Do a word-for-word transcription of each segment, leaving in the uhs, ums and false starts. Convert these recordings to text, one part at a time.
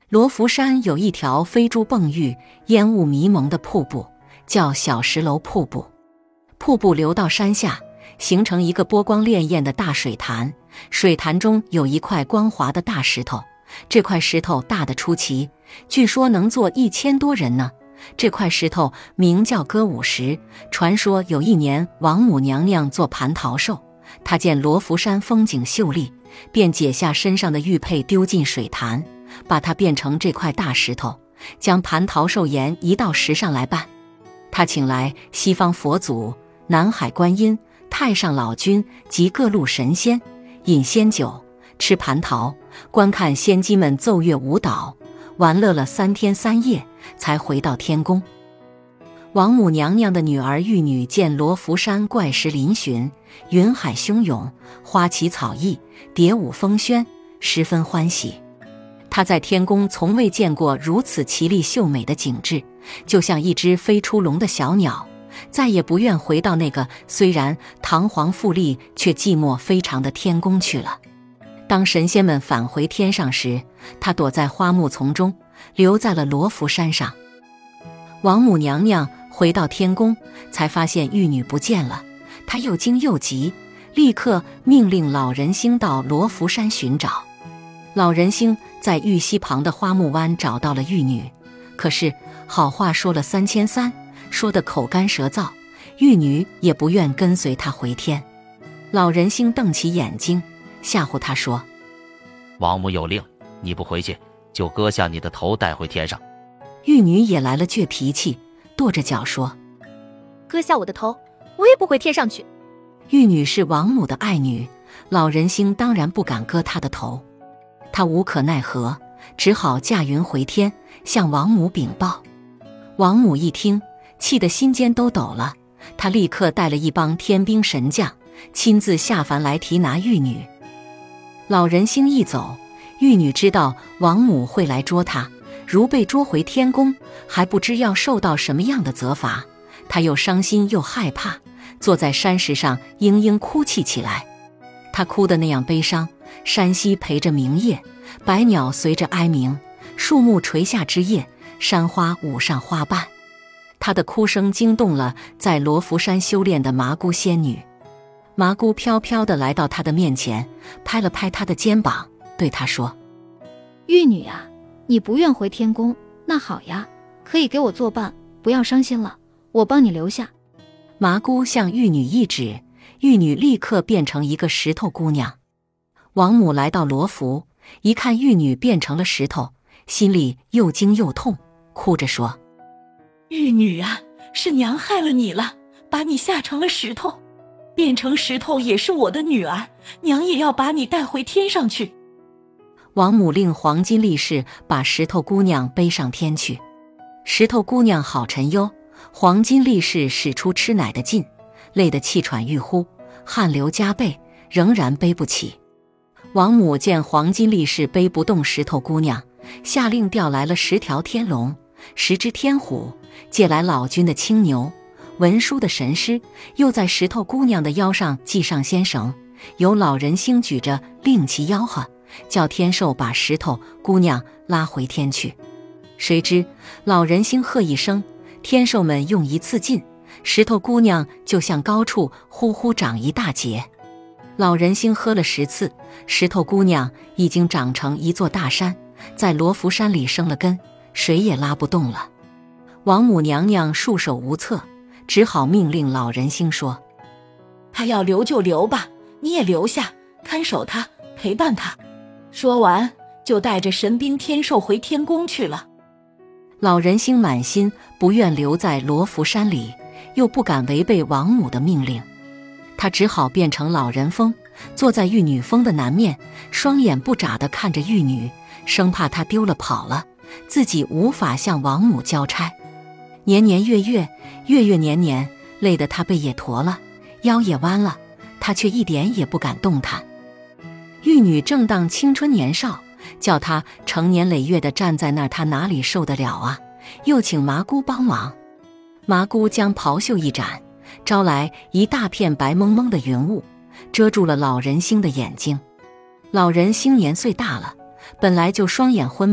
罗浮山有一条飞珠迸玉、烟雾迷蒙的瀑布，叫小石楼瀑布。瀑布流到山下，形成一个波光潋滟的大水潭，水潭中有一块光滑的大石头，这块石头大得出奇，据说能坐一千多人呢。这块石头名叫歌舞石，传说有一年王母娘娘做蟠桃寿，她见罗浮山风景秀丽，便解下身上的玉佩丢进水潭，把它变成这块大石头，将蟠桃寿筵移到石上来办。她请来西方佛祖、南海观音、太上老君及各路神仙，饮仙酒，吃蟠桃，观看仙姬们奏乐舞蹈，玩乐了三天三夜，才回到天宫。王母娘娘的女儿玉女见罗浮山怪石嶙峋，云海汹涌，花旗草异，蝶舞蜂喧，十分欢喜。她在天宫从未见过如此奇丽秀美的景致，就像一只飞出笼的小鸟，再也不愿回到那个虽然堂皇富丽却寂寞非常的天宫去了。当神仙们返回天上时，她躲在花木丛中，留在了罗浮山上。王母娘娘回到天宫，才发现玉女不见了，她又惊又急，立刻命令老人星到罗浮山寻找。老人星在玉溪旁的花木湾找到了玉女，可是好话说了三千三，说得口干舌燥，玉女也不愿跟随他回天。老人星瞪起眼睛，吓唬他说： 王母有令，你不回去，就割下你的头带回天上。 玉女也来了倔脾气，跺着脚说： 割下我的头，我也不回天上去。 玉女是王母的爱女，老人星当然不敢割她的头。她无可奈何，只好驾云回天，向王母禀报。王母一听，气得心尖都抖了，她立刻带了一帮天兵神将，亲自下凡来提拿玉女。老人星一走，玉女知道王母会来捉她，如被捉回天宫，还不知要受到什么样的责罚，她又伤心又害怕，坐在山石上嘤嘤哭泣起来。她哭得那样悲伤，山溪陪着鸣叶，百鸟随着哀鸣，树木垂下枝叶，山花舞上花瓣。她的哭声惊动了在罗浮山修炼的麻姑仙女。麻姑飘飘地来到她的面前，拍了拍她的肩膀，对她说： 玉女啊，你不愿回天宫，那好呀，可以给我作伴，不要伤心了，我帮你留下。 麻姑向玉女一指，玉女立刻变成一个石头姑娘。王母来到罗浮，一看玉女变成了石头，心里又惊又痛，哭着说： 玉女啊，是娘害了你了，把你吓成了石头，变成石头也是我的女儿，娘也要把你带回天上去。 王母令黄金力士把石头姑娘背上天去。石头姑娘好沉忧，黄金力士使出吃奶的劲，累得气喘吁呼，汗流浃背，仍然背不起。王母见黄金力士背不动石头姑娘，下令调来了十条天龙、十只天虎，借来老君的青牛、文书的神狮，又在石头姑娘的腰上系上仙绳，由老人星举着令其吆喝，叫天兽把石头姑娘拉回天去。谁知老人星喝一声，天兽们用一次劲，石头姑娘就向高处呼呼长一大截。老人星喝了十次，石头姑娘已经长成一座大山，在罗浮山里生了根，谁也拉不动了。王母娘娘束手无策，只好命令老人星说： 他要留就留吧，你也留下，看守他，陪伴他。说完就带着神兵天兽回天宫去了。 老人星满心不愿留在罗浮山里，又不敢违背王母的命令，他只好变成老人峰，坐在玉女峰的南面，双眼不眨地看着玉女，生怕她丢了跑了，自己无法向王母交差。年年月月，月月年年，累得他背也驼了，腰也弯了，他却一点也不敢动弹。玉女正当青春年少，叫他成年累月地站在那儿，他哪里受得了啊？又请麻姑帮忙。麻姑将袍袖一展，招来一大片白蒙蒙的云雾，遮住了老人星的眼睛。老人星年岁大了，本来就双眼昏蒙，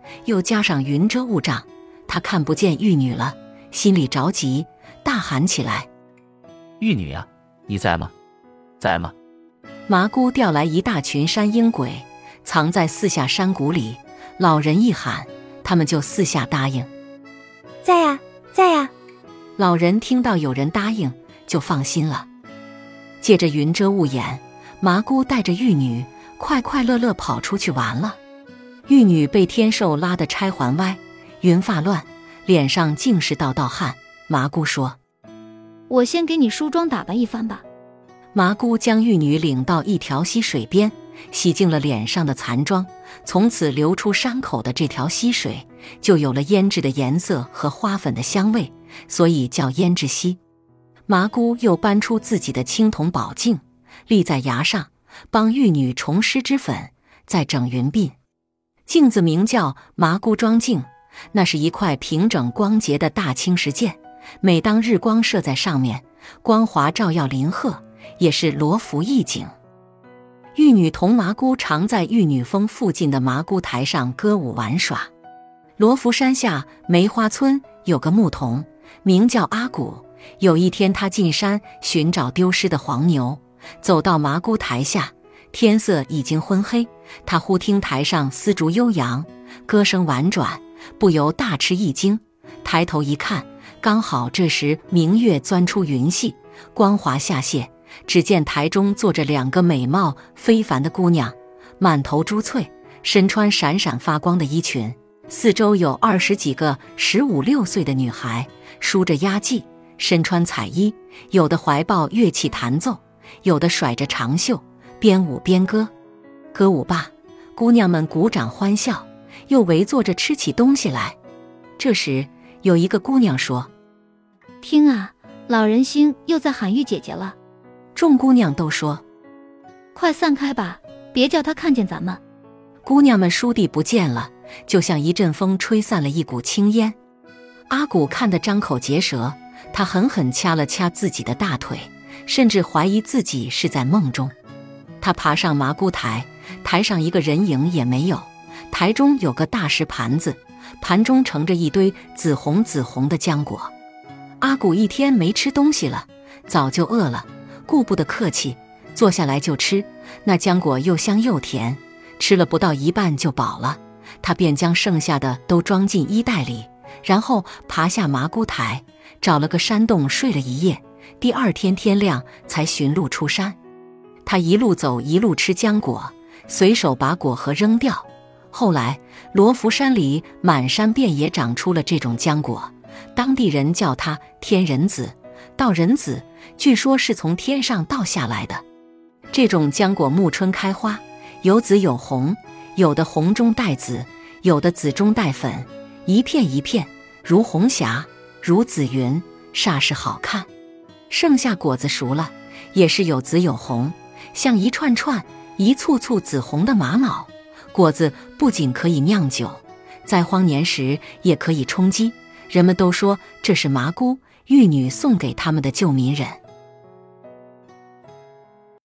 又加上云遮雾障，他看不见玉女了，心里着急，大喊起来： 玉女啊，你在吗？在吗？ 麻姑调来一大群山鹰鬼，藏在四下山谷里。老人一喊，他们就四下答应。 在呀，在呀。 老人听到有人答应，就放心了。借着云遮雾掩，麻姑带着玉女快快乐乐跑出去玩了。玉女被天寿拉得钗环歪，云发乱，脸上尽是道道汗。麻姑说： 我先给你梳妆打扮一番吧。 麻姑将玉女领到一条溪水边，洗净了脸上的残妆，从此流出山口的这条溪水就有了胭脂的颜色和花粉的香味，所以叫胭脂溪。麻姑又搬出自己的青铜宝镜，立在崖上，帮玉女重施脂粉，再整云鬓。镜子名叫麻姑妆镜，那是一块平整光洁的大青石剑，每当日光射在上面，光华照耀林壑，也是罗浮一景。玉女同麻姑常在玉女峰附近的麻姑台上歌舞玩耍。罗浮山下梅花村有个牧童，名叫阿古。有一天他进山寻找丢失的黄牛，走到麻姑台下，天色已经昏黑，他忽听台上丝竹悠扬，歌声婉转，不由大吃一惊。抬头一看，刚好这时明月钻出云隙，光华下泻，只见台中坐着两个美貌非凡的姑娘，满头珠翠，身穿闪闪发光的衣裙，四周有二十几个十五六岁的女孩，梳着压髻，身穿彩衣，有的怀抱乐器弹奏，有的甩着长袖，边舞边歌。歌舞罢，姑娘们鼓掌欢笑，又围坐着吃起东西来。这时有一个姑娘说： 听啊，老人星又在喊玉姐姐了。 众姑娘都说： 快散开吧，别叫她看见咱们。 姑娘们倏地不见了，就像一阵风吹散了一股青烟。阿古看得张口结舌，他狠狠掐了掐自己的大腿，甚至怀疑自己是在梦中。他爬上麻姑台，台上一个人影也没有，台中有个大石盘子，盘中盛着一堆紫红紫红的浆果。阿古一天没吃东西了，早就饿了，顾不得客气，坐下来就吃。那浆果又香又甜，吃了不到一半就饱了，他便将剩下的都装进衣袋里，然后爬下麻姑台，找了个山洞睡了一夜。第二天天亮才寻路出山。他一路走一路吃浆果，随手把果核扔掉。后来罗浮山里满山遍野长出了这种浆果，当地人叫它天人子、道人子，据说是从天上倒下来的。这种浆果暮春开花，有紫有红，有的红中带紫，有的紫中带粉，一片一片，如红霞，如紫云，煞是好看。剩下果子熟了，也是有紫有红，像一串串一簇簇紫红的玛瑙。果子不仅可以酿酒，在荒年时也可以充饥。人们都说这是麻姑玉女送给他们的救民人。